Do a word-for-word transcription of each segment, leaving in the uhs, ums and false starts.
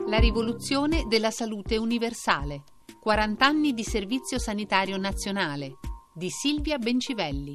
La rivoluzione della salute universale. quaranta anni di servizio sanitario nazionale di Silvia Bencivelli.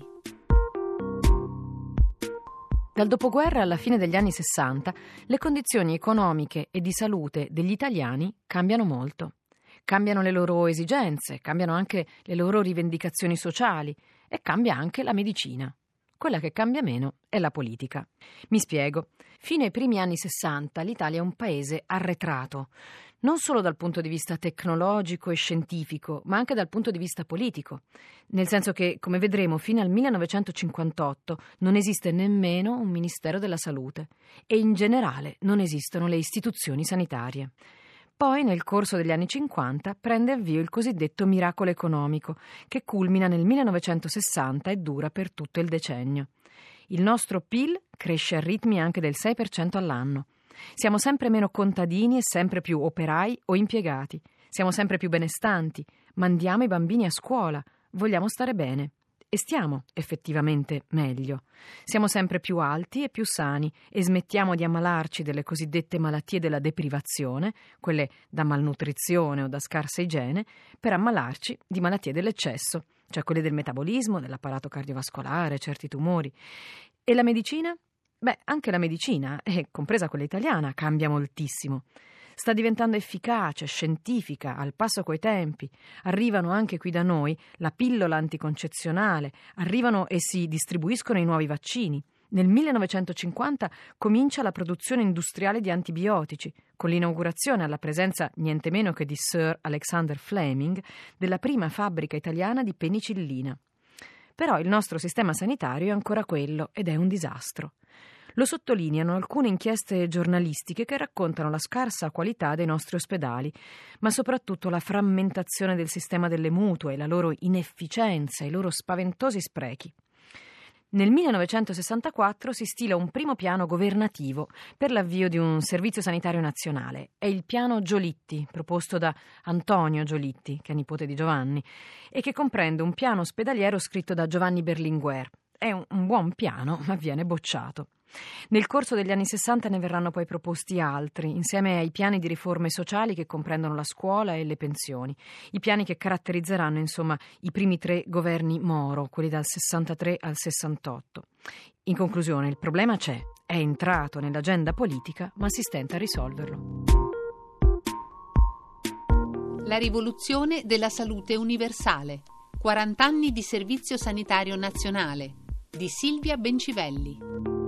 Dal dopoguerra alla fine degli anni sessanta, le condizioni economiche e di salute degli italiani cambiano molto. Cambiano le loro esigenze, cambiano anche le loro rivendicazioni sociali e cambia anche la medicina. Quella che cambia meno è la politica. Mi spiego. Fino ai primi anni sessanta l'Italia è un paese arretrato, non solo dal punto di vista tecnologico e scientifico, ma anche dal punto di vista politico. Nel senso che, come vedremo, fino al millenovecentocinquantotto non esiste nemmeno un Ministero della Salute e in generale non esistono le istituzioni sanitarie. Poi, nel corso degli anni cinquanta, prende avvio il cosiddetto miracolo economico, che culmina nel millenovecentosessanta e dura per tutto il decennio. Il nostro P I L cresce a ritmi anche del sei per cento all'anno. Siamo sempre meno contadini e sempre più operai o impiegati. Siamo sempre più benestanti, mandiamo i bambini a scuola, vogliamo stare bene. E stiamo effettivamente meglio. Siamo sempre più alti e più sani e smettiamo di ammalarci delle cosiddette malattie della deprivazione, quelle da malnutrizione o da scarsa igiene, per ammalarci di malattie dell'eccesso, cioè quelle del metabolismo, dell'apparato cardiovascolare, certi tumori. E la medicina? Beh, anche la medicina, e compresa quella italiana, cambia moltissimo. Sta diventando efficace, scientifica, al passo coi tempi. Arrivano anche qui da noi la pillola anticoncezionale, arrivano e si distribuiscono i nuovi vaccini. Nel millenovecentocinquanta comincia la produzione industriale di antibiotici, con l'inaugurazione alla presenza niente meno che di Sir Alexander Fleming della prima fabbrica italiana di penicillina. Però il nostro sistema sanitario è ancora quello ed è un disastro. Lo sottolineano alcune inchieste giornalistiche che raccontano la scarsa qualità dei nostri ospedali, ma soprattutto la frammentazione del sistema delle mutue, la loro inefficienza, i loro spaventosi sprechi. Nel millenovecentosessantaquattro si stila un primo piano governativo per l'avvio di un servizio sanitario nazionale. È il piano Giolitti, proposto da Antonio Giolitti, che è nipote di Giovanni, e che comprende un piano ospedaliero scritto da Giovanni Berlinguer. È un, un buon piano, ma viene bocciato. Nel corso degli anni sessanta ne verranno poi proposti altri, insieme ai piani di riforme sociali che comprendono la scuola e le pensioni, i piani che caratterizzeranno insomma i primi tre governi Moro, quelli dal sessantatré al sessantotto. In conclusione, il problema c'è, è entrato nell'agenda politica, ma si stenta a risolverlo. La rivoluzione della salute universale. quaranta anni di servizio sanitario nazionale di Silvia Bencivelli.